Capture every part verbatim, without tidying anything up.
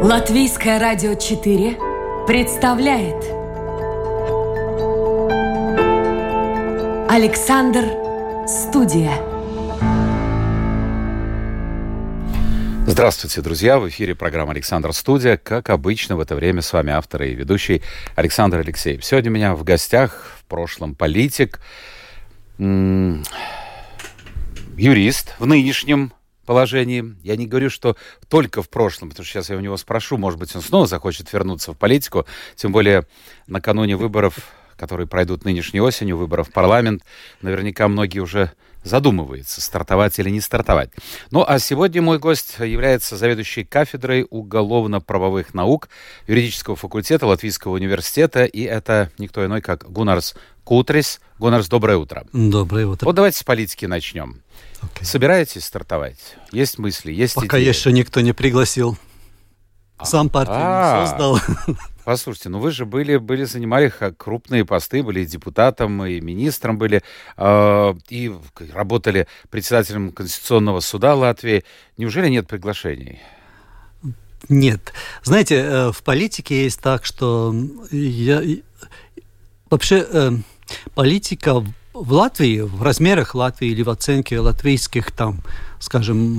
Латвийское радио четыре представляет Александр Студия. Здравствуйте, друзья! В эфире программа «Александр Студия». Как обычно, в это время с вами автор и ведущий Александр Алексеев. Сегодня у меня в гостях, в прошлом политик, м- юрист в нынешнем положении. Я не говорю, что только в прошлом, потому что сейчас я у него спрошу, может быть, он снова захочет вернуться в политику, тем более накануне выборов, которые пройдут нынешней осенью, выборов в парламент, наверняка многие уже задумываются, стартовать или не стартовать. Ну, а сегодня мой гость является заведующей кафедрой уголовно-правовых наук юридического факультета Латвийского университета, и это никто иной, как Гуннарс Кутрис. Гуннарс, доброе утро. Доброе утро. Вот давайте с политики начнем. Okay. Собираетесь стартовать? Есть мысли, есть Пока идеи? еще никто не пригласил. Сам партию не создал. Послушайте, ну вы же были, были занимали крупные посты, были и депутатом, и министром были, э, и работали председателем Конституционного суда Латвии. Неужели нет приглашений? Нет. Знаете, в политике есть так, что я... вообще политика в Латвии, в размерах Латвии или в оценке латвийских, там, скажем,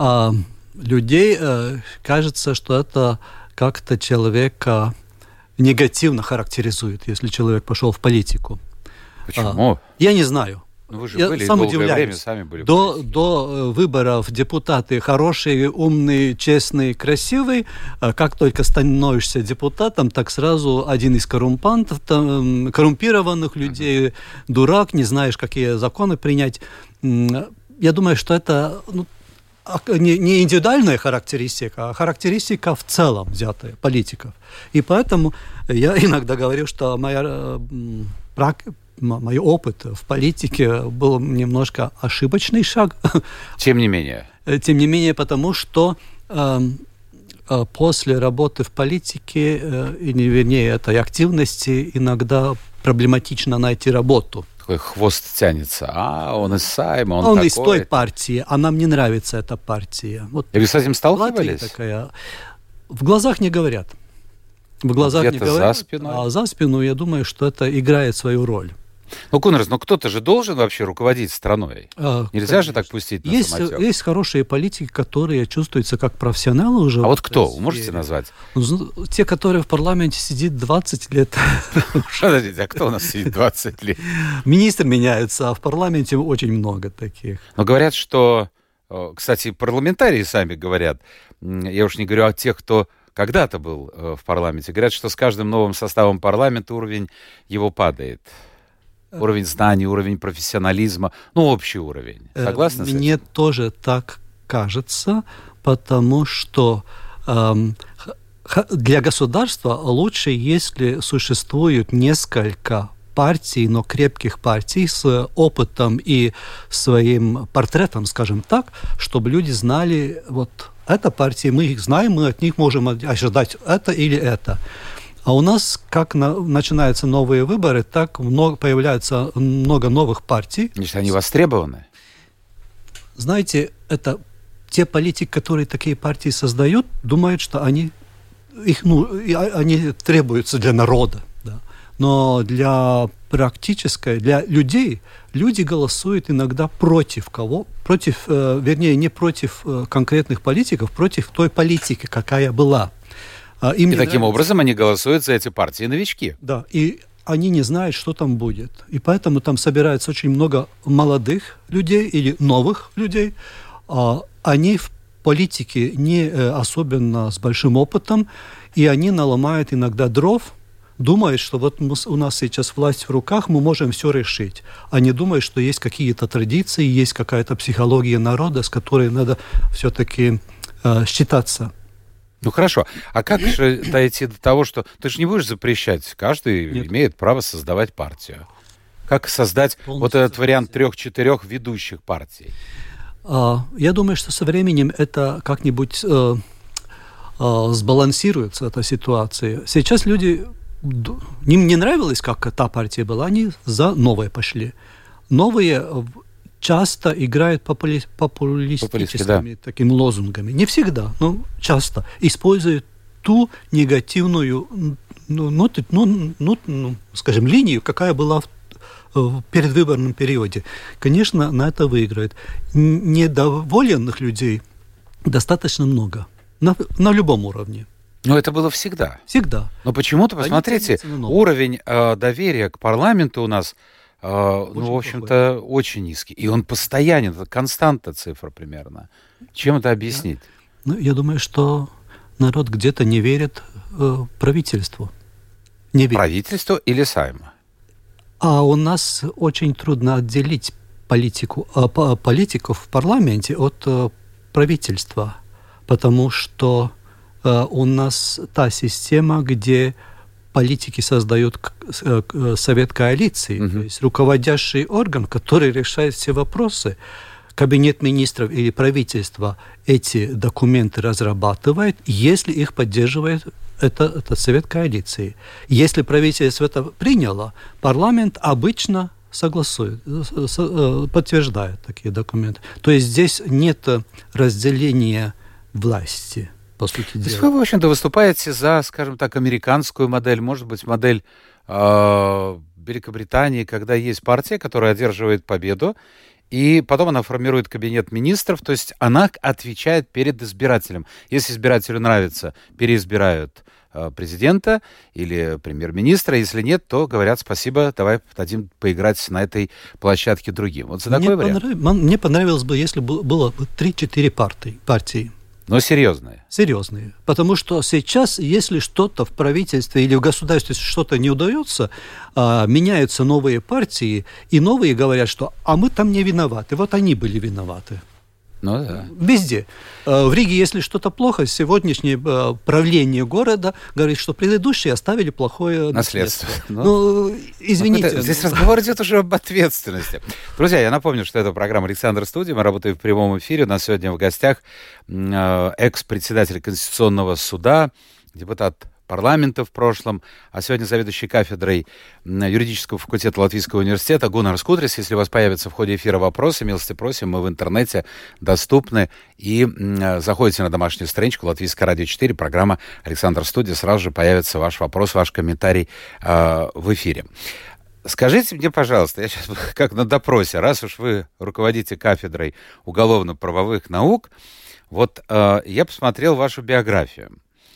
людей, кажется, что это как-то человека негативно характеризует, если человек пошел в политику. Почему? А, я не знаю. Ну, вы же я были сам долгое удивляюсь. время, сами были до, до выборов депутаты хорошие, умные, честные, красивые. Как только становишься депутатом, так сразу один из коррумпантов, там, коррумпированных людей, uh-huh. дурак, не знаешь, какие законы принять. Я думаю, что это... Ну, не индивидуальная характеристика, а характеристика в целом взятая политиков. И поэтому я иногда говорю, что моя, мой опыт в политике был немножко ошибочный шаг. Тем не менее. Тем не менее, потому что э, после работы в политике, э, или, вернее, этой активности, иногда проблематично найти работу. Хвост тянется. А, он из Сайма, он, он такой. из той партии, а нам не нравится эта партия. Вот. И вы с этим сталкивались? Такая. В глазах не говорят. В глазах Где-то не говорят. За спиной? А за спину, я думаю, что это играет свою роль. Ну, Гуннарс, ну кто-то же должен вообще руководить страной. А, Нельзя конечно. же так пустить на есть, самотек. Есть хорошие политики, которые чувствуются как профессионалы уже. А вот кто? Вы можете назвать? Те, которые в парламенте сидят двадцать лет. Подождите, а кто у нас сидит двадцать лет? Министры меняются, а в парламенте очень много таких. Но говорят, что... Кстати, парламентарии сами говорят, я уж не говорю о тех, кто когда-то был в парламенте, говорят, что с каждым новым составом парламента уровень его падает. Уровень знаний, уровень профессионализма, ну, общий уровень. Согласны с этим? Мне тоже так кажется, потому что эм, для государства лучше, если существует несколько партий, но крепких партий с опытом и своим портретом, скажем так, чтобы люди знали, вот эта партия, мы их знаем, мы от них можем ожидать это или это. А у нас, как на, начинаются новые выборы, так много, появляется много новых партий. Значит, они востребованы? Знаете, это те политики, которые такие партии создают, думают, что они, их, ну, они требуются для народа. Да. Но для практической, для людей, люди голосуют иногда против кого? Против, э, вернее, не против э, конкретных политиков, против той политики, какая была. Им и таким нравится. Образом они голосуют за эти партии новички. Да, и они не знают, что там будет. И поэтому там собирается очень много молодых людей или новых людей. Они в политике не особенно с большим опытом, и они наломают иногда дров, думают, что вот у нас сейчас власть в руках, мы можем все решить. Они думают, что есть какие-то традиции, есть какая-то психология народа, с которой надо все-таки считаться. Ну хорошо, а как же дойти до того, что... Ты же не будешь запрещать, каждый Нет. имеет право создавать партию. Как создать Полностью вот этот вариант трех-четырех ведущих партий? А, я думаю, что со временем это как-нибудь э, э, сбалансируется, эта ситуация. Сейчас люди... Им не нравилось, как та партия была, они за новое пошли. Новые часто играют попули... популистическими да. такими лозунгами. Не всегда, но часто. Используют ту негативную, ну, ну, ну, ну, ну, скажем, линию, какая была в в предвыборном периоде. Конечно, на это выиграет. Недоволенных людей достаточно много. На, на любом уровне. Но это было всегда. Всегда. Но почему-то, посмотрите, уровень э, доверия к парламенту у нас, э, ну, в общем-то, плохой. Очень низкий. И он постоянен. Это константа цифра примерно. Чем это объяснить? Я, ну, я думаю, что народ где-то не верит э, правительству. Не верит. Правительству или Сайма? А у нас очень трудно отделить политику, политиков в парламенте от правительства, потому что у нас та система, где политики создают совет коалиции, угу. то есть руководящий орган, который решает все вопросы. Кабинет министров или правительство эти документы разрабатывает, если их поддерживает это, это совет коалиции. Если правительство это приняло, парламент обычно согласует, подтверждает такие документы. То есть здесь нет разделения власти, по сути дела. То есть вы, в общем-то, выступаете за, скажем так, американскую модель, может быть, модель э, Великобритании, когда есть партия, которая одерживает победу, и потом она формирует кабинет министров, то есть она отвечает перед избирателем. Если избирателю нравится, переизбирают э, президента или премьер-министра. Если нет, то говорят: спасибо, давай дадим поиграть на этой площадке другим. Вот за такой мне вариант. Понрав... Мне понравилось бы, если бы было три-четыре партии. партии. Но серьезные. Серьезные. Потому что сейчас, если что-то в правительстве или в государстве что-то не удается, а, меняются новые партии, и новые говорят, что «а мы там не виноваты». Вот они были виноваты. Ну да. Везде. В Риге, если что-то плохо, сегодняшнее правление города говорит, что предыдущие оставили плохое наследство. наследство. Ну, ну, извините. Ну, здесь разговор идет уже об ответственности. Друзья, я напомню, что это программа «Александр Студия». Мы работаем в прямом эфире. У нас сегодня в гостях экс-председатель Конституционного суда, депутат парламента в прошлом, а сегодня заведующий кафедрой юридического факультета Латвийского университета Гуннарс Кудрис. Если у вас появятся в ходе эфира вопросы, милости просим, мы в интернете доступны. И заходите на домашнюю страничку Латвийское радио четыре, программа «Александр Студия», сразу же появится ваш вопрос, ваш комментарий э, в эфире. Скажите мне, пожалуйста, я сейчас как на допросе, раз уж вы руководите кафедрой уголовно-правовых наук, вот э, я посмотрел вашу биографию.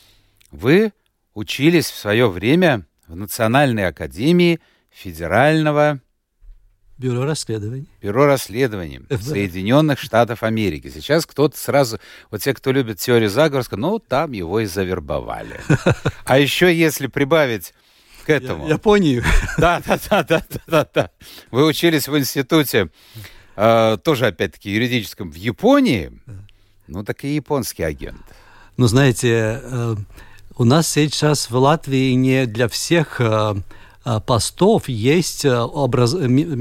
Вы учились в свое время в Национальной академии Федерального бюро расследований, бюро расследований Соединенных Штатов Америки. Сейчас кто-то сразу, вот те, кто любит теорию заговора, скажут: ну, там его и завербовали. А еще если прибавить к этому... Японию. Да, да, да, да, да, да. Вы учились в институте, э, тоже, опять-таки, юридическом в Японии, ну, так и японский агент. Ну, знаете... Э... У нас сейчас в Латвии не для всех э, постов есть образ...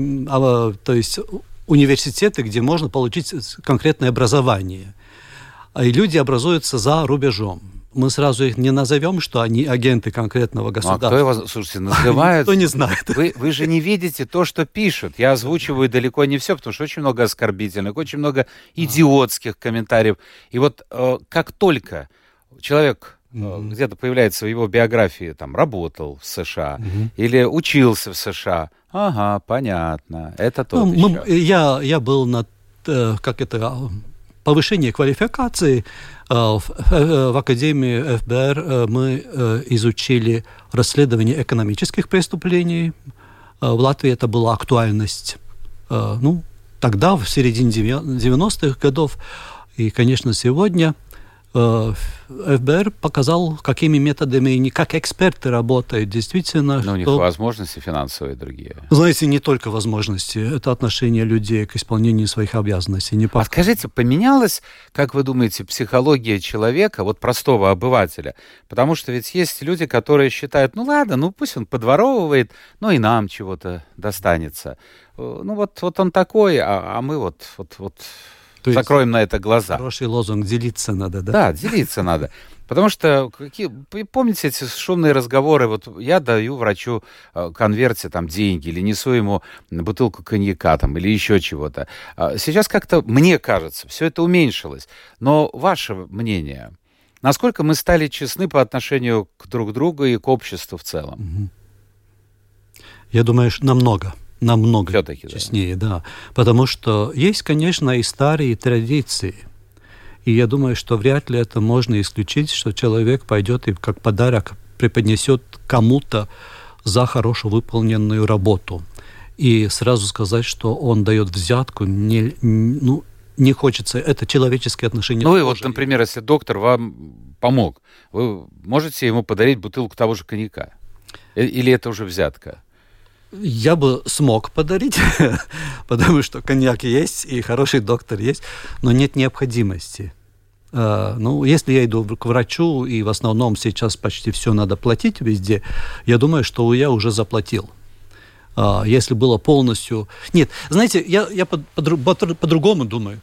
э, то есть университеты, где можно получить конкретное образование. И люди образуются за рубежом. Мы сразу их не назовем, что они агенты конкретного государства. Ну, а кто его, слушайте, называет? Никто не знает. Вы, вы же не видите то, что пишут. Я озвучиваю далеко не все, потому что очень много оскорбительных, очень много идиотских комментариев. И вот э, как только человек... Mm-hmm. где-то появляется в его биографии, там, работал в США mm-hmm. или учился в США. Ага, понятно, это то ну, мы, я, я был на, как это, повышении квалификации в, в Академии эф бэ эр. Мы изучили расследование экономических преступлений. В Латвии это была актуальность, ну, тогда, в середине девяностых годов. И, конечно, сегодня эф бэ эр показал, какими методами и как эксперты работают. Действительно, но у них что... возможности финансовые другие. Знаете, не только возможности. Это отношение людей к исполнению своих обязанностей. Не а скажите, поменялась, как вы думаете, психология человека, вот простого обывателя? Потому что ведь есть люди, которые считают: ну ладно, ну пусть он подворовывает, ну и нам чего-то достанется. Ну вот, вот он такой, а, а мы вот... вот, вот... То закроем на это глаза. Хороший лозунг: делиться надо, да? Да, делиться надо. Потому что, какие, помните эти шумные разговоры, вот я даю врачу конверте там деньги, или несу ему бутылку коньяка там, или еще чего-то. Сейчас как-то, мне кажется, все это уменьшилось. Но ваше мнение, Насколько мы стали честны по отношению к друг другу и к обществу в целом? Угу. Я думаю, что намного, намного Все-таки, честнее, да. да. Потому что есть, конечно, и старые традиции. И я думаю, что вряд ли это можно исключить, что человек пойдет и как подарок преподнесет кому-то за хорошо выполненную работу. И сразу сказать, что он дает взятку, не, ну, не хочется. Это человеческие отношения. Ну и вот, например, если доктор вам помог, вы можете ему подарить бутылку того же коньяка? Или это уже взятка? Я бы смог подарить, потому что коньяк есть, и хороший доктор есть, но нет необходимости. Uh, ну, если я иду к врачу, и в основном сейчас почти все надо платить везде, я думаю, что я уже заплатил. Uh, если было полностью... Нет, знаете, я, я по- по- по-другому думаю.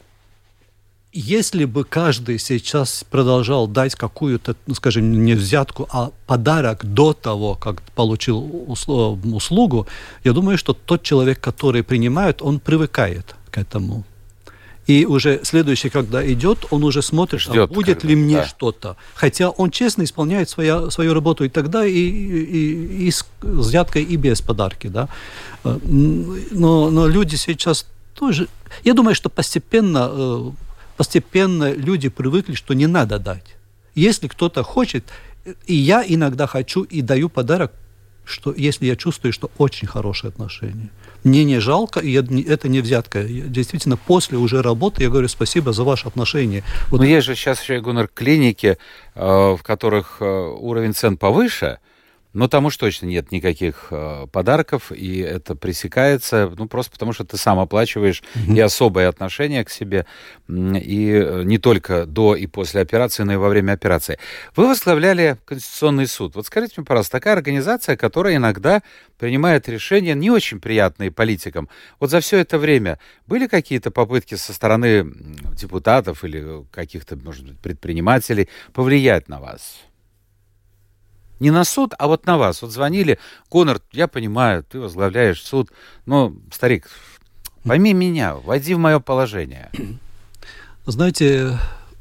Если бы каждый сейчас продолжал дать какую-то, ну, скажем, не взятку, а подарок до того, как получил услугу, я думаю, что тот человек, который принимает, он привыкает к этому. И уже следующий, когда идет, он уже смотрит, ждет, а будет когда, ли мне да. что-то. Хотя он честно исполняет своя, свою работу и тогда, и, и, и с взяткой, и без подарки. Да? Но, но люди сейчас тоже... Я думаю, что постепенно, постепенно люди привыкли, что не надо дать. Если кто-то хочет, и я иногда хочу и даю подарок, что если я чувствую, что очень хорошие отношения. Мне не жалко, и это не взятка. Я, действительно, после уже работы я говорю спасибо за ваши отношения. Вот. Но есть же сейчас еще, Гуннар, клиники, э, в которых э, уровень цен повыше, но там уж точно нет никаких э, подарков, и это пресекается, ну, просто потому что ты сам оплачиваешь mm-hmm. и особое отношение к себе, и не только до и после операции, но и во время операции. Вы возглавляли Конституционный суд. Вот скажите мне, пожалуйста, такая организация, которая иногда принимает решения не очень приятные политикам. Вот за все это время были какие-то попытки со стороны депутатов или каких-то, может быть, предпринимателей повлиять на вас? Не на суд, а вот на вас. Вот звонили, Гуннар, я понимаю, ты возглавляешь суд, но, старик, пойми меня, войди в мое положение. Знаете,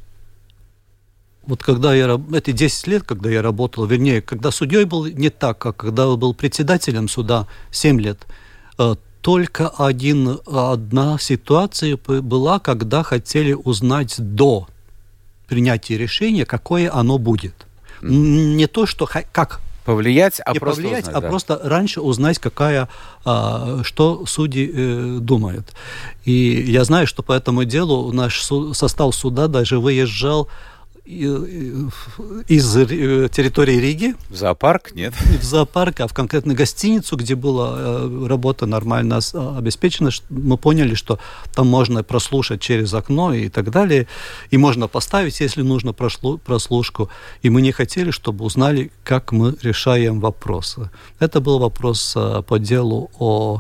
вот когда я... Эти десять лет, когда я работал, вернее, когда судьей был не так, как когда был председателем суда семь лет, только один, одна ситуация была, когда хотели узнать до принятия решения, какое оно будет. Не то, что как повлиять, а не просто повлиять, узнать, а да. просто раньше узнать, какая, а, что судьи э, думают. И я знаю, что по этому делу наш суд, состав суда даже выезжал из территории Риги. В зоопарк, нет? В зоопарк, а в конкретно гостиницу, где была работа нормально обеспечена, мы поняли, что там можно прослушать через окно и так далее, и можно поставить, если нужно, прослушку. И мы не хотели, чтобы узнали, как мы решаем вопросы. Это был вопрос по делу о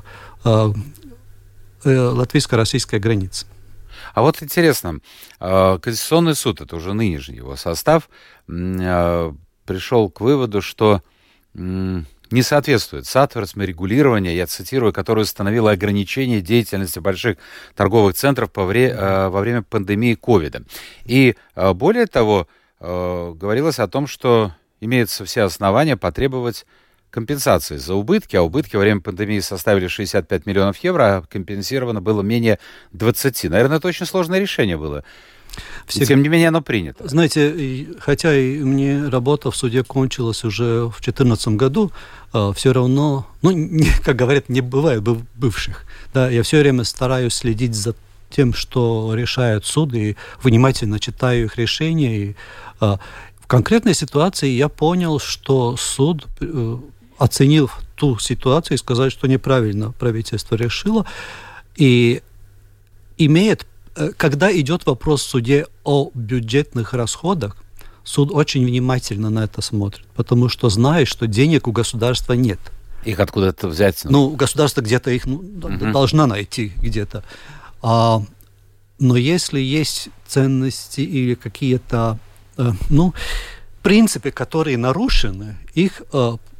латвийско-российской границе. А вот интересно, Конституционный суд, это уже нынешний его состав, пришел к выводу, что не соответствует соответственно регулирование, я цитирую, которое установило ограничение деятельности больших торговых центров во время пандемии ковида. И более того, говорилось о том, что имеются все основания потребовать компенсации за убытки, а убытки во время пандемии составили шестьдесят пять миллионов евро, а компенсировано было менее двадцати. Наверное, это очень сложное решение было. Все... Тем не менее, оно принято. Знаете, хотя и мне работа в суде кончилась уже в две тысячи четырнадцатом году, все равно, ну, не, как говорят, не бывает бывших. Да, я все время стараюсь следить за тем, что решают суды, и внимательно читаю их решения. И, в конкретной ситуации я понял, что суд... оценив ту ситуацию и сказать, что неправильно правительство решило, и имеет, когда идет вопрос в суде о бюджетных расходах, суд очень внимательно на это смотрит, потому что знает, что денег у государства нет. Их откуда-то взять? Ну, государство где-то их ну, угу. должна найти где-то. А, но если есть ценности или какие-то, ну, принципы, которые нарушены, их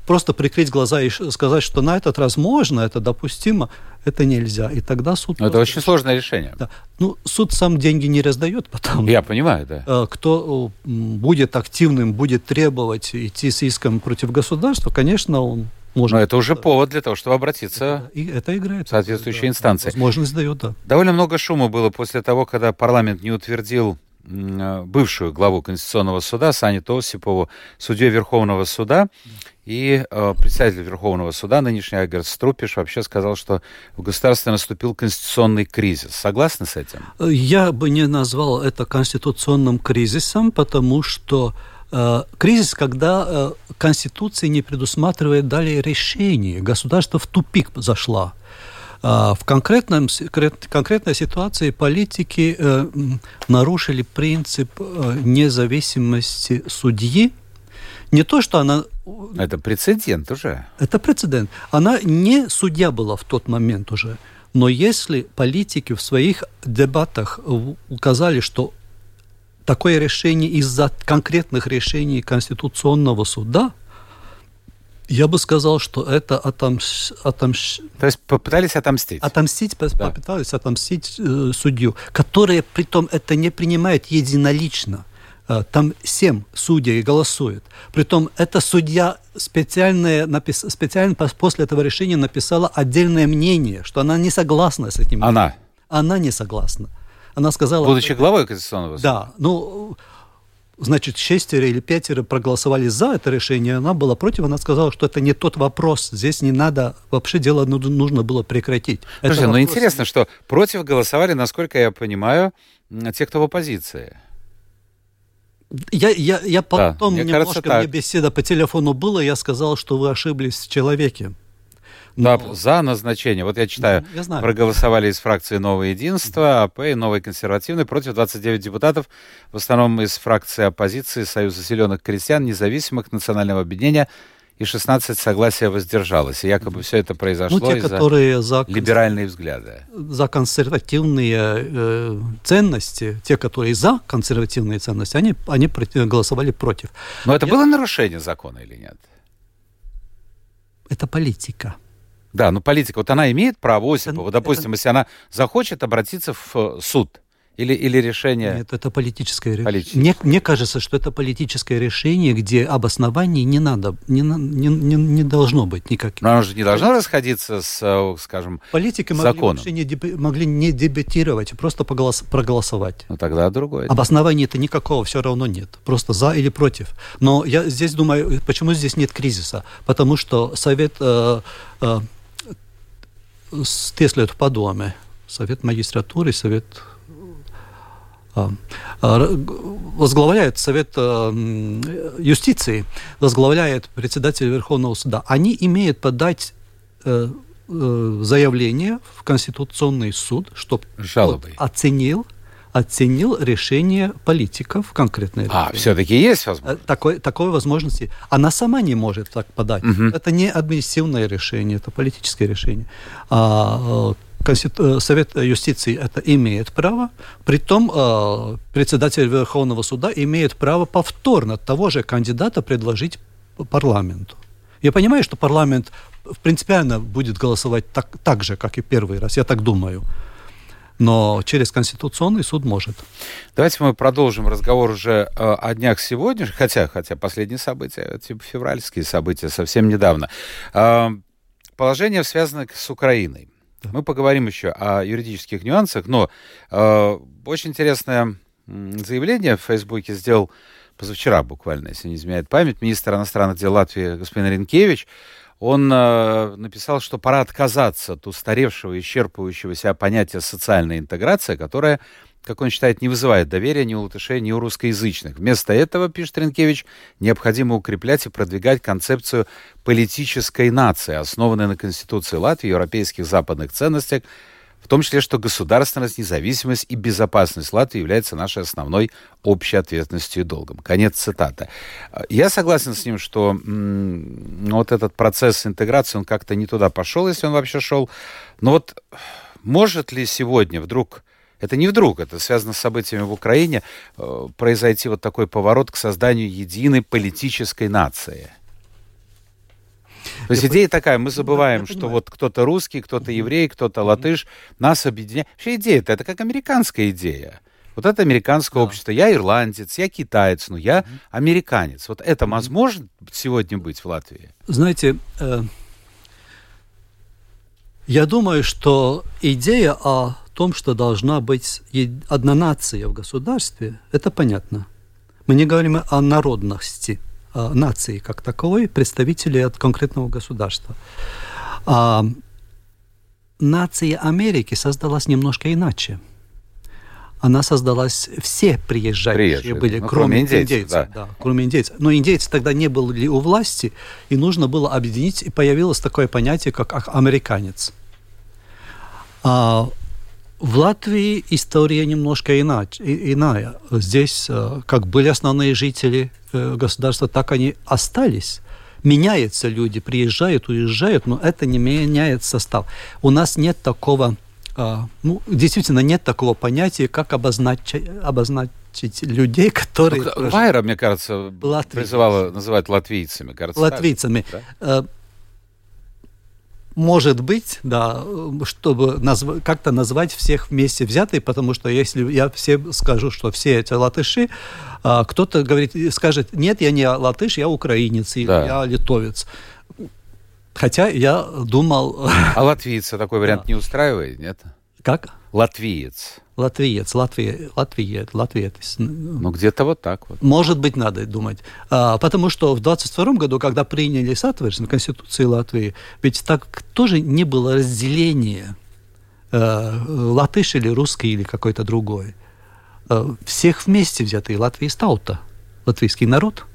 просто прикрыть глаза и сказать, что на этот раз можно, это допустимо, это нельзя. И тогда суд... Но это очень сложное решение. Да. Ну, суд сам деньги не раздает, потому... Я понимаю, да. Кто будет активным, будет требовать идти с иском против государства, конечно, он может... Но это уже повод для того, чтобы обратиться и это играет, в соответствующие да, инстанции. Возможность дает, да. Довольно много шума было после того, когда парламент не утвердил бывшую главу Конституционного суда Саниту Осипову судьей Верховного суда. И э, председатель Верховного суда, нынешний Айгар Струпиш, вообще сказал, что в государстве наступил конституционный кризис. Согласны с этим? Я бы не назвал это конституционным кризисом, потому что э, кризис, когда э, Конституция не предусматривает далее решений. Государство в тупик зашло. В конкретном, конкретной ситуации политики э, нарушили принцип э, независимости судьи. Не то, что она... Это прецедент уже. Это прецедент. Она не судья была в тот момент уже. Но если политики в своих дебатах указали, что такое решение из-за конкретных решений Конституционного суда, я бы сказал, что это отомщ... отомщ... То есть попытались отомстить? Отомстить, да. Попытались отомстить э, судью, который, притом, это не принимает единолично. Э, там семь судей голосует. Притом, эта судья специально, напис... специально после этого решения написала отдельное мнение, что она не согласна с этим. Она? Она не согласна. Она сказала... Будучи главой Конституционного суда? Да, ну... Значит, шестеро или пятеро проголосовали за это решение, она была против, она сказала, что это не тот вопрос, здесь не надо, вообще дело нужно было прекратить. Слушайте, ну интересно, что против голосовали, насколько я понимаю, те, кто в оппозиции. Я, я, я потом, да, немножко, кажется, мне беседа по телефону была, я сказал, что вы ошиблись в человеке. Но... Да, за назначение. Вот я читаю, я знаю. Проголосовали из фракции «Новое единство», АП и «Новый консервативный», против двадцать девять депутатов, в основном из фракции оппозиции, Союза зеленых крестьян, независимых, Национального объединения, и шестнадцать согласия воздержалось. И якобы все это произошло ну, те, из-за которые за либеральные взгляды. За консервативные э, ценности, те, которые за консервативные ценности, они, они голосовали против. Но это я... было нарушение закона или нет? Это политика. Да, но политика, вот она имеет право, Осипова, вот, допустим, это... если она захочет обратиться в суд, или, или решение... Нет, это политическое решение. Мне, мне кажется, что это политическое решение, где обоснований не надо, не, не, не, не должно быть никаких. Но оно же не должно расходиться с, скажем, политики с могли законом. Не деб... могли не дебатировать, просто поголос... проголосовать. Ну, тогда другое. Обоснований-то никакого все равно нет. Просто за или против. Но я здесь думаю, почему здесь нет кризиса? Потому что Совет... Э, э, Тieslietu padome, Совет магистратуры, Совет... возглавляет Совет юстиции, возглавляет председатель Верховного суда. Они имеют подать заявление в Конституционный суд, чтобы оценил, оценил решение политиков конкретное. А, решение. Все-таки есть возможность? Такой, такой возможности. Она сама не может так подать. Угу. Это не административное решение, это политическое решение. А, Совет юстиции это имеет право, притом э, председатель Верховного суда имеет право повторно того же кандидата предложить парламенту. Я понимаю, что парламент принципиально будет голосовать так, так же, как и первый раз, я так думаю. Но через Конституционный суд может. Давайте мы продолжим разговор уже э, о днях сегодняшних, хотя, хотя последние события, типа февральские события, совсем недавно. Э, положение связано с Украиной. Мы поговорим еще о юридических нюансах, но э, очень интересное заявление в Фейсбуке сделал позавчера буквально, если не изменяет память, министр иностранных дел Латвии господин Ринкевич. Он э, написал, что пора отказаться от устаревшего, исчерпывающего себя понятия социальной интеграции, которая, как он считает, не вызывает доверия ни у латышей, ни у русскоязычных. Вместо этого, пишет Ринкевич, необходимо укреплять и продвигать концепцию политической нации, основанной на Конституции Латвии, европейских западных ценностях, в том числе, что государственность, независимость и безопасность Латвии является нашей основной общей ответственностью и долгом. Конец цитаты. Я согласен с ним, что м- вот этот процесс интеграции, он как-то не туда пошел, если он вообще шел. Но вот может ли сегодня вдруг... Это не вдруг, это связано с событиями в Украине, э, произойти вот такой поворот к созданию единой политической нации? То есть идея такая, мы забываем, что вот кто-то русский, кто-то еврей, кто-то латыш, нас объединяет. Вообще идея-то, это как американская идея. Вот это американское да. общество. Я ирландец, я китаец, но я американец. Вот это возможно сегодня быть в Латвии? Знаете, э, я думаю, что идея о том, что должна быть одна нация в государстве, это понятно. Мы не говорим о народности, о нации как таковой, представителей от конкретного государства. А нация Америки создалась немножко иначе. Она создалась, все приезжающие Приезжие, были, ну, кроме, кроме индейцев. индейцев да. Да, кроме индейцев. Но индейцы тогда не были у власти, и нужно было объединить, и появилось такое понятие, как американец. А в Латвии история немножко иначе, иная. Здесь как были основные жители государства, так они остались. Меняются люди, приезжают, уезжают, но это не меняет состав. У нас нет такого... Ну, действительно, нет такого понятия, как обозначить, обозначить людей, которые... Ну, Вайра, мне кажется, Латвийцы. Призывала называть латвийцами. Кажется, латвийцами. Да? Может быть, да, чтобы назв... как-то назвать всех вместе взятые, потому что если я всем скажу, что все эти латыши, кто-то говорит, скажет, нет, я не латыш, я украинец, или да. я литовец. Хотя я думал... А латвиец такой вариант да. не устраивает, нет? Как? Латвиец. Латвиец, Латвия, Латвия, латвиец. Ну, где-то вот так вот. Может быть, надо думать. А, потому что в двадцать втором году, когда приняли Сатверс, Конституцию Латвии, ведь так тоже не было разделения э, латыш или русский или какой-то другой. Э, всех вместе взятые Латвийс таута, латвийский народ.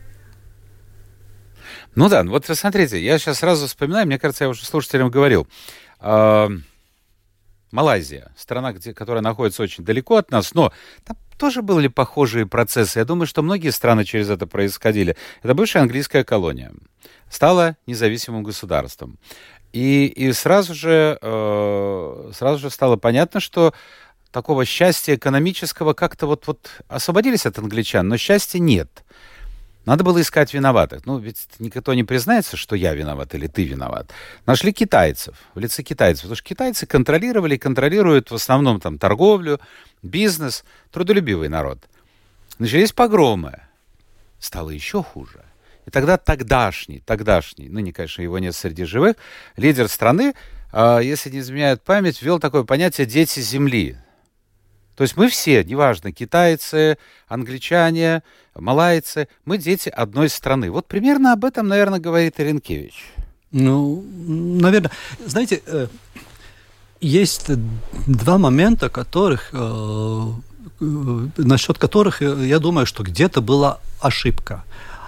Ну да, вот смотрите, я сейчас сразу вспоминаю, мне кажется, я уже слушателям говорил. Э, Малайзия, страна, где, которая находится очень далеко от нас, но там тоже были похожие процессы. Я думаю, что многие страны через это происходили. Это бывшая английская колония. Стала независимым государством. И, и сразу же, э, сразу же стало понятно, что такого счастья экономического как-то вот, вот освободились от англичан, но счастья нет. Надо было искать виноватых. Ну, ведь никто не признается, что я виноват или ты виноват. Нашли китайцев, в лице китайцев. Потому что китайцы контролировали и контролируют в основном там торговлю, бизнес, трудолюбивый народ. Начались погромы. Стало еще хуже. И тогда тогдашний, тогдашний, ну, не, конечно, его нет среди живых, лидер страны, э, если не изменяет память, ввел такое понятие «дети земли». То есть мы все, неважно, китайцы, англичане, малайцы, мы дети одной страны. Вот примерно об этом, наверное, говорит Иринкевич. Ну, наверное. Знаете, есть два момента, которых, насчет которых я думаю, что где-то была ошибка.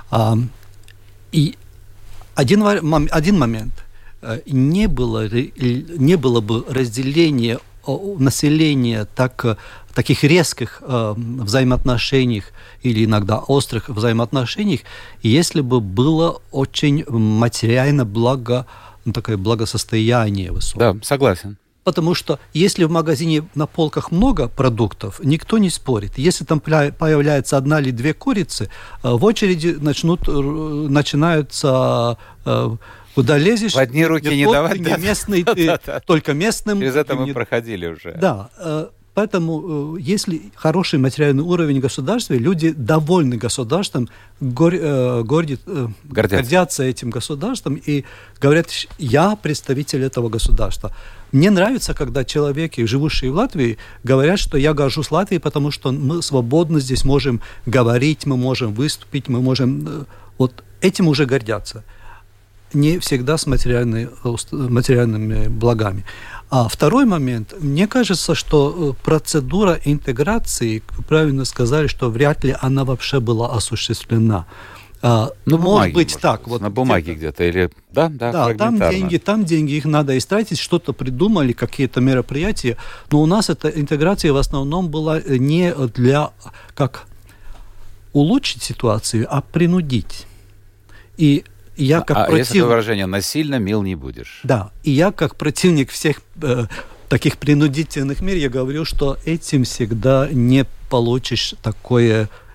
И один, один момент. Не было, не было бы разделения населения так, таких резких э, взаимоотношениях или иногда острых взаимоотношениях, если бы было очень материально благо, ну, такое благосостояние высокое. Да, согласен. Потому что если в магазине на полках много продуктов, никто не спорит. Если там появляется одна или две курицы, в очереди начнут, начинаются... Куда лезешь, в одни руки не, не давать, не да. местный, ты только местным. Через это мы не... проходили уже. Да, поэтому если хороший материальный уровень государства, люди довольны государством, гор, гордит, гордятся. гордятся этим государством и говорят, я представитель этого государства. Мне нравится, когда человеки, живущие в Латвии, говорят, что я горжусь Латвией, потому что мы свободно здесь можем говорить, мы можем выступить, мы можем... Вот этим уже гордятся. Не всегда с материальными, материальными благами. А второй момент. Мне кажется, что процедура интеграции, вы правильно сказали, что вряд ли она вообще была осуществлена. Ну, может бумаге, быть может, так. Вот на бумаге где-то. Или... Да, да, да там деньги, там деньги, их надо истратить, что-то придумали, какие-то мероприятия. Но у нас эта интеграция в основном была не для, как улучшить ситуацию, а принудить. И Я как а против... есть такое выражение «насильно мил не будешь». Да, и я как противник всех э, таких принудительных мер, я говорю, что этим всегда не получишь такое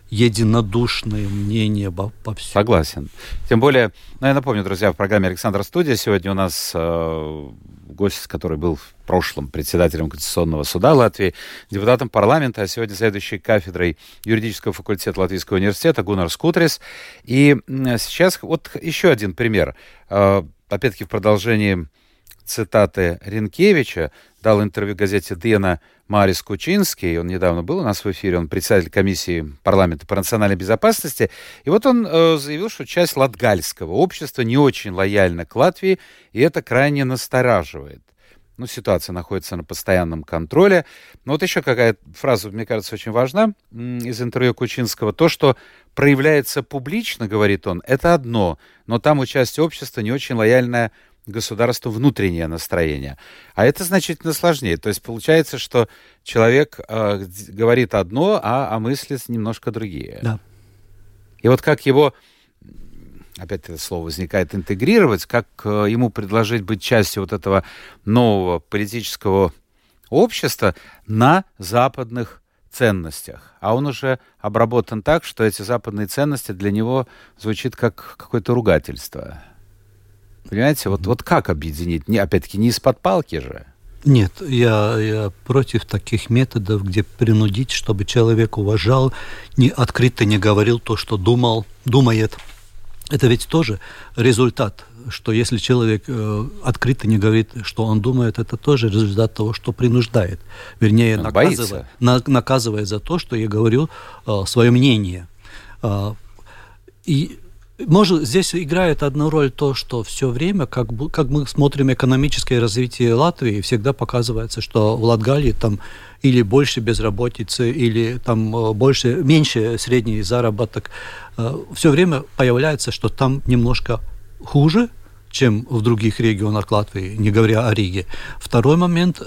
единодушное мнение по, по всему. Согласен. Тем более, ну, я напомню, друзья, в программе «Александр Студия» сегодня у нас э, гость, который был в прошлом председателем Конституционного суда Латвии, депутатом парламента, а сегодня заведующий кафедрой юридического факультета Латвийского университета Гуннарс Кутрис. И сейчас вот еще один пример. Э, опять-таки в продолжении цитаты Ренкевича дал интервью газете «Диена» Марис Кучинский. Он недавно был у нас в эфире, он председатель комиссии парламента по национальной безопасности. И вот он э, заявил, что часть латгальского общества не очень лояльна к Латвии, и это крайне настораживает. Ну, ситуация находится на постоянном контроле. Но вот еще какая фраза, мне кажется, очень важна из интервью Кучинского. То, что проявляется публично, говорит он, это одно, но там у части общества не очень лояльная государству внутреннее настроение. А это значительно сложнее. То есть получается, что человек э, говорит одно, а, а мысли немножко другие. Да. И вот как его, опять это слово возникает, интегрировать, как э, ему предложить быть частью вот этого нового политического общества на западных ценностях. А он уже обработан так, что эти западные ценности для него звучит как какое-то ругательство. Понимаете, вот, вот как объединить? Не, опять-таки, не из-под палки же. Нет, я, я против таких методов, где принудить, чтобы человек уважал, не, открыто не говорил то, что думал, думает. Это ведь тоже результат, что если человек э, открыто не говорит, что он думает, это тоже результат того, что принуждает. Вернее, наказывает, на, наказывает за то, что я говорю э, свое мнение. Э, и Может, здесь играет одну роль то, что все время, как, как мы смотрим экономическое развитие Латвии, всегда показывается, что в Латгалии там или больше безработицы, или там больше, меньше средний заработок. Все время появляется, что там немножко хуже, чем в других регионах Латвии, не говоря о Риге. Второй момент,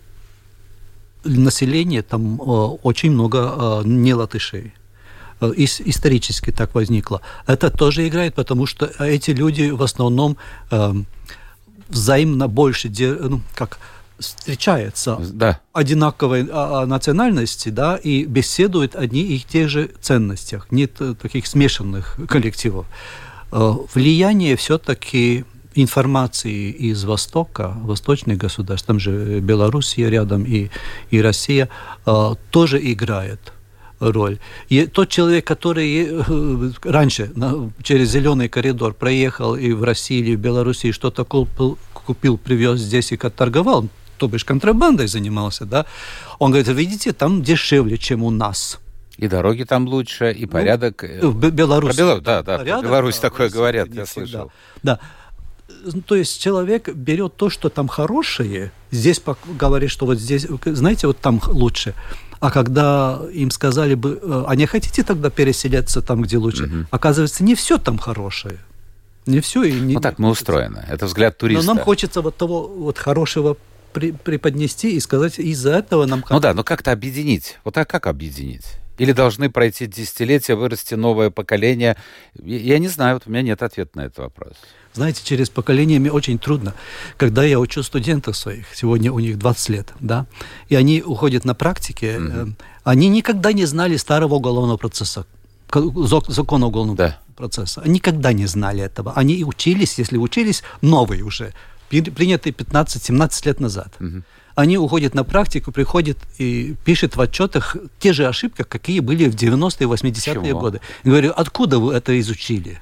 население там очень много не латышей. Исторически так возникло. Это тоже играет, потому что эти люди в основном э, взаимно больше ну, как, встречаются да. одинаковой а, национальности, да, и беседуют одни и тех же ценностях. Нет таких смешанных коллективов. Э, влияние все-таки информации из Востока, восточных государств, там же Белоруссия рядом и, и Россия, э, тоже играет роль. И тот человек, который раньше на, через зеленый коридор проехал и в России, или в Белоруссии что-то купил, купил, привез здесь и торговал, то бишь контрабандой занимался, да, он говорит, видите, там дешевле, чем у нас. И дороги там лучше, и порядок. Ну, в Беларуси. Беларусь, да, да, порядок, Беларусь да, такое говорят, я всегда. слышал. Да. То есть человек берет то, что там хорошее, здесь говорит, что вот здесь, знаете, вот там лучше. А когда им сказали бы, а не хотите тогда переселяться там, где лучше? Угу. Оказывается, не все там хорошее. Не все. И не, вот так мы устроены. Это взгляд туриста. Но нам хочется вот того вот хорошего при, преподнести и сказать, из-за этого нам... Ну да, но как-то объединить. Вот а как объединить? Или должны пройти десятилетия, вырасти новое поколение? Я не знаю, вот у меня нет ответа на этот вопрос. Знаете, через поколение мне очень трудно. Когда я учу студентов своих, сегодня у них двадцать лет, да, и они уходят на практике, mm-hmm. э, они никогда не знали старого уголовного процесса, закона уголовного да. процесса. Они никогда не знали этого. Они учились, если учились, новый уже, принятый пятнадцать-семнадцать лет назад. Mm-hmm. Они уходят на практику, приходят и пишут в отчетах те же ошибки, какие были в девяностые, восьмидесятые годы. Я говорю, откуда вы это изучили?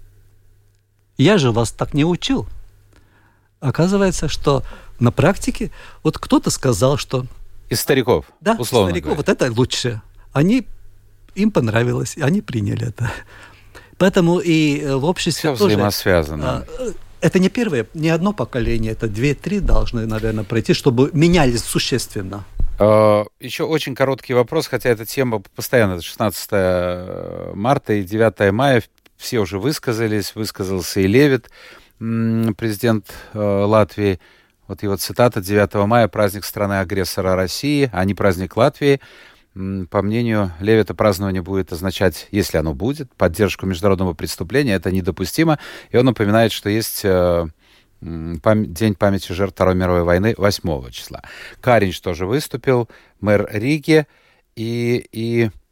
Я же вас так не учил. Оказывается, что на практике вот кто-то сказал, что... Из стариков, да, условно из стариков, вот это лучше. Они, им понравилось, они приняли это. Поэтому и в обществе все тоже... взаимосвязано. Это не первое, не одно поколение, это две-три должны, наверное, пройти, чтобы менялись существенно. Еще очень короткий вопрос, хотя эта тема постоянно, шестнадцатого марта и девятого мая, все уже высказались, высказался и Левит, президент Латвии. Вот его цитата: девятого мая праздник страны-агрессора России, а не праздник Латвии. По мнению Левита, празднование будет означать, если оно будет, поддержку международного преступления. Это недопустимо. И он напоминает, что есть э, пам- День памяти жертв Второй мировой войны восьмого числа. Каринч тоже выступил, мэр Риги. И, и,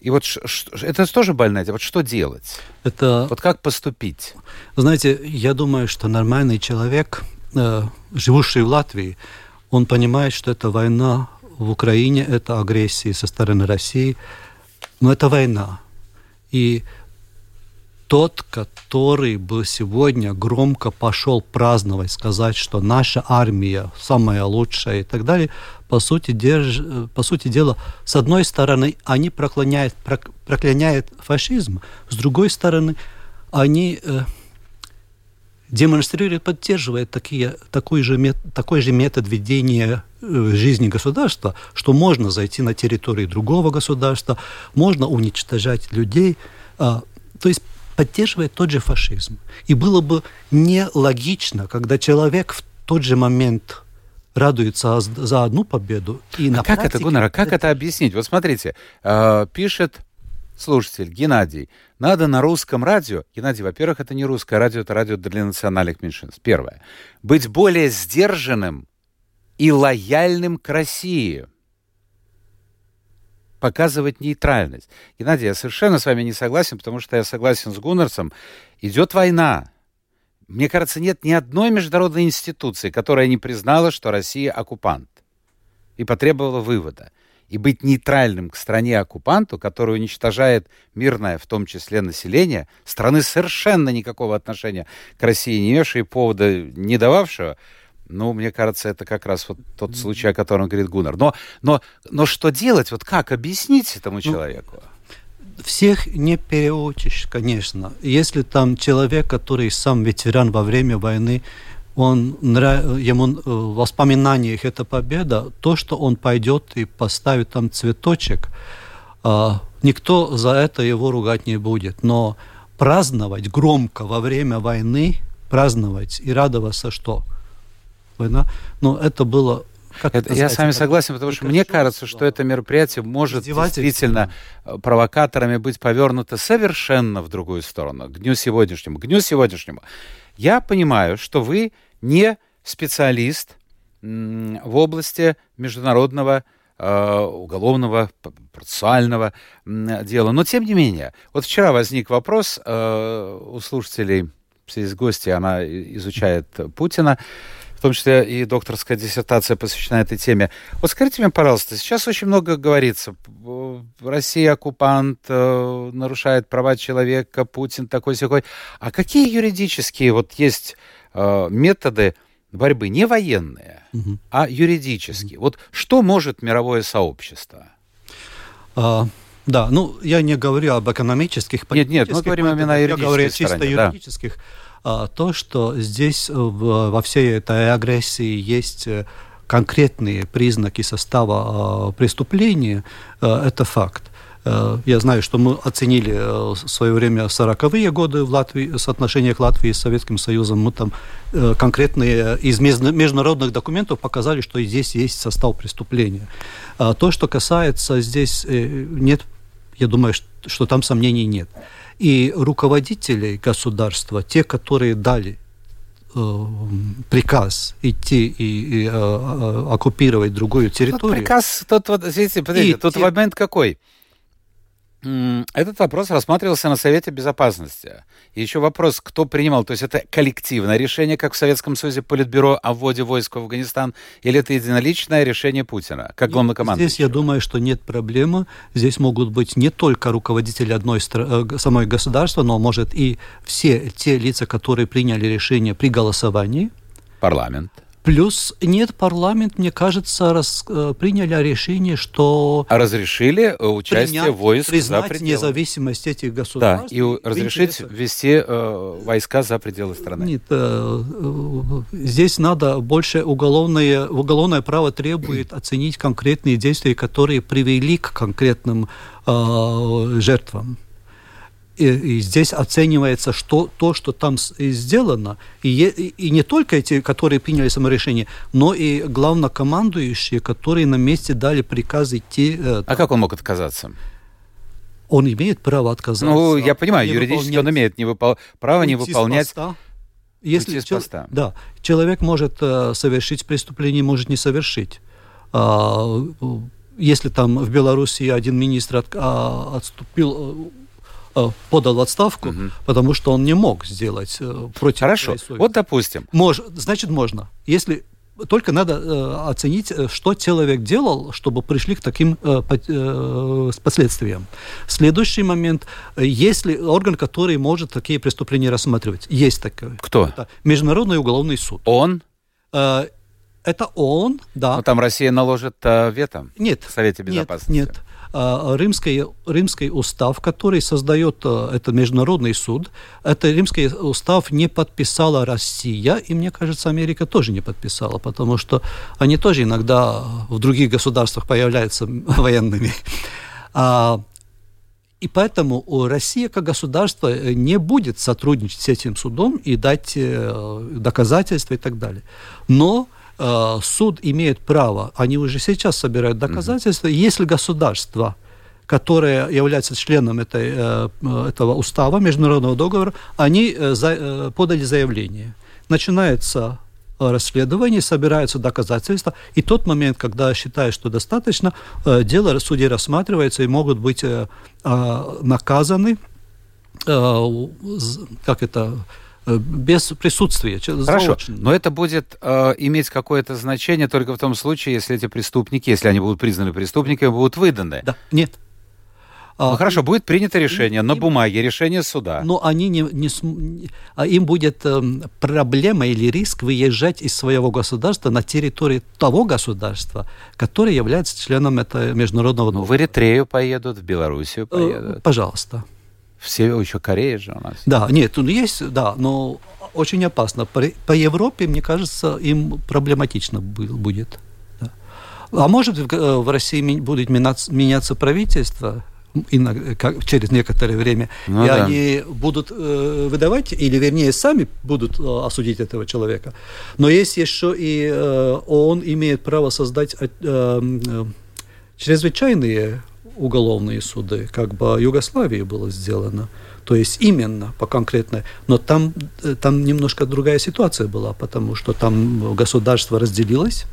И вот ш, ш, это тоже больная тема. Вот что делать? Это... Вот как поступить? Знаете, я думаю, что нормальный человек, э, живущий в Латвии, он понимает, что это война в Украине, это агрессия со стороны России, но это война. И тот, который бы сегодня громко пошел праздновать, сказать, что наша армия самая лучшая и так далее, по сути, держ... по сути дела, с одной стороны, они проклоняют, проклоняют фашизм, с другой стороны, они э, демонстрируют, поддерживают такие, такой, же мет... такой же метод ведения э, жизни государства, что можно зайти на территорию другого государства, можно уничтожать людей. Э, то есть поддерживает тот же фашизм. И было бы нелогично, когда человек в тот же момент радуется за одну победу. И а на как практике... это, Гуннар, как это объяснить? Вот смотрите, э, пишет слушатель Геннадий, надо на русском радио, Геннадий, во-первых, это не русское радио, это радио для национальных меньшинств. Первое. Быть более сдержанным и лояльным к России. Показывать нейтральность. Геннадий, я совершенно с вами не согласен, потому что я согласен с Гуннарсом. Идет война. Мне кажется, нет ни одной международной институции, которая не признала, что Россия оккупант, и потребовала вывода. И быть нейтральным к стране-оккупанту, которая уничтожает мирное, в том числе население, страны совершенно никакого отношения к России не имевшей, повода не дававшего, ну, мне кажется, это как раз вот тот случай, о котором говорит Гуннар. Но, но, но что делать? Вот как объяснить этому человеку? Всех не переучишь, конечно. Если там человек, который сам ветеран во время войны, он, ему в воспоминаниях это победа, то, что он пойдет и поставит там цветочек, никто за это его ругать не будет. Но праздновать громко во время войны, праздновать и радоваться, что война, но это было... Это, я с вами согласен, потому что мне кажется, что это мероприятие может действительно провокаторами быть повернуто совершенно в другую сторону, к дню сегодняшнему. К дню сегодняшнему. Я понимаю, что вы не специалист м, в области международного э, уголовного, процессуального м, дела, но тем не менее. Вот вчера возник вопрос э, у слушателей, есть гости, она изучает Путина, в том числе и докторская диссертация посвящена этой теме. Вот скажите мне, пожалуйста, сейчас очень много говорится. Россия оккупант, э, нарушает права человека, Путин такой-сякой. А какие юридические вот есть э, методы борьбы? Не военные, угу. а юридические. Угу. Вот что может мировое сообщество? А, да, ну, я не говорю об экономических, политических. Нет, нет, мы говорим именно о юридических. Я говорю о чисто стороне, юридических. Да. То, что здесь в, во всей этой агрессии есть конкретные признаки состава преступления, это факт. Я знаю, что мы оценили в свое время сороковые годы в Латвии, соотношение к Латвии с Советским Союзом. Мы там конкретные из международных документов показали, что здесь есть состав преступления. То, что касается здесь, нет, я думаю, что там сомнений нет. И руководителей государства, те, которые дали э, приказ идти и, и э, оккупировать другую территорию. Тот приказ, тот, вот, смотрите, подождите, тот те... момент какой? Этот вопрос рассматривался на Совете Безопасности. И еще вопрос, кто принимал. То есть это коллективное решение, как в Советском Союзе Политбюро о вводе войск в Афганистан, или это единоличное решение Путина, как главнокомандующего? Здесь, я думаю, что нет проблемы. Здесь могут быть не только руководители одной стра- самой государства, но, может, и все те лица, которые приняли решение при голосовании. Парламент. Плюс нет, парламент, мне кажется, раз, приняли решение, что... А разрешили участие принять, войск признать за пределы. независимость этих государств. Да, и разрешить ввести э, войска за пределы страны. Нет, э, э, здесь надо больше уголовное... Уголовное право требует оценить конкретные действия, которые привели к конкретным э, жертвам. И, и здесь оценивается что, то, что там сделано, и, и не только эти, которые приняли саморешение, но и главнокомандующие, которые на месте дали приказ идти. А там. Как он мог отказаться? Он имеет право отказаться. Ну, я понимаю, юридически он имеет не выпол... право не выполнять... Если чел... Да, человек может э, совершить преступление, может не совершить. А, если там в Беларуси один министр от, а, отступил, а, подал в отставку, угу. потому что он не мог сделать а, против Хорошо, своей совести. Вот допустим. Мож, значит, можно. Если только надо э, оценить, что человек делал, чтобы пришли к таким э, по, э, последствиям. Следующий момент, если орган, который может такие преступления рассматривать, есть такой. Кто? Это Международный уголовный суд. Он? Э, это он, да. Но там Россия наложит э, вето? Нет. В Совете Безопасности? Нет, нет. Римский, римский устав, который создает этот международный суд, это римский устав не подписала Россия, и, мне кажется, Америка тоже не подписала, потому что они тоже иногда в других государствах появляются военными. И поэтому Россия как государство не будет сотрудничать с этим судом и дать доказательства и так далее. Но суд имеет право, они уже сейчас собирают доказательства, mm-hmm. если государство, которое является членом этой, этого устава, международного договора, они подали заявление. Начинается расследование, собираются доказательства, и тот момент, когда считают, что достаточно, дело судей рассматривается и могут быть наказаны, как это... без присутствия. Хорошо, заочно. Но это будет э, иметь какое-то значение только в том случае, если эти преступники, если они будут признаны преступниками, будут выданы. Да, нет. Ну а, хорошо, будет принято решение им, на бумаге, решение суда. Но они не, не, а им будет э, проблема или риск выезжать из своего государства на территорию того государства, которое является членом этого международного договора. Ну, в Эритрею поедут, в Белоруссию поедут. Э, пожалуйста. Все еще Корея же у нас. Да, нет, тут есть, да, но очень опасно. По, по Европе, мне кажется, им проблематично будет. Да. А может, в, в России будет меняться, меняться правительство иногда, как, через некоторое время, ну, и да. они будут э, выдавать, или, вернее, сами будут э, осудить этого человека. Но есть еще и э, ООН имеет право создать э, э, чрезвычайные уголовные суды, как бы в Югославии было сделано. То есть именно по конкретной. Но там, там немножко другая ситуация была, потому что там государство разделилось,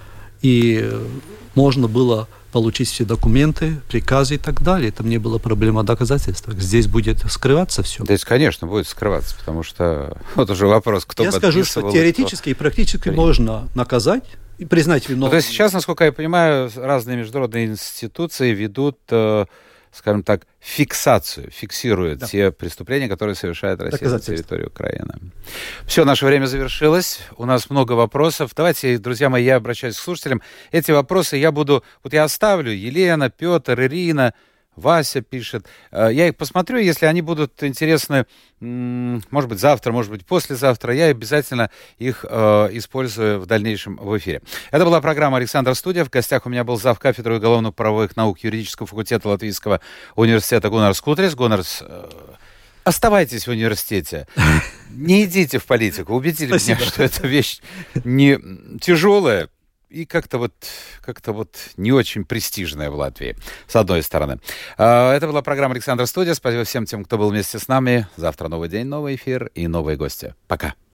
и можно было получить все документы, приказы и так далее. Там не было проблемы о доказательствах. Здесь будет скрываться все. Здесь, конечно, будет скрываться, потому что вот уже вопрос, кто Я подписывал. Я скажу, что теоретически и практически принят. Можно наказать и признать виновным. Ну, то есть сейчас, насколько я понимаю, разные международные институции ведут, э, скажем так, фиксацию, фиксируют да. те преступления, которые совершает Россия на территории Украины. Все, наше время завершилось. У нас много вопросов. Давайте, друзья мои, я обращаюсь к слушателям. Эти вопросы я буду... Вот я оставлю. Елена, Петр, Ирина, Вася пишет. Я их посмотрю, если они будут интересны, может быть, завтра, может быть, послезавтра, я обязательно их э, использую в дальнейшем в эфире. Это была программа «Александр Студия». В гостях у меня был завкафедры уголовно-правовых наук юридического факультета Латвийского университета Гуннарс Кутрис. Гуннарс, э, оставайтесь в университете. Не идите в политику. Убедили Спасибо. меня, что эта вещь не тяжелая. И как-то вот, как-то вот не очень престижная в Латвии, с одной стороны. Это была программа «Александр Студия». Спасибо всем тем, кто был вместе с нами. Завтра новый день, новый эфир и новые гости. Пока.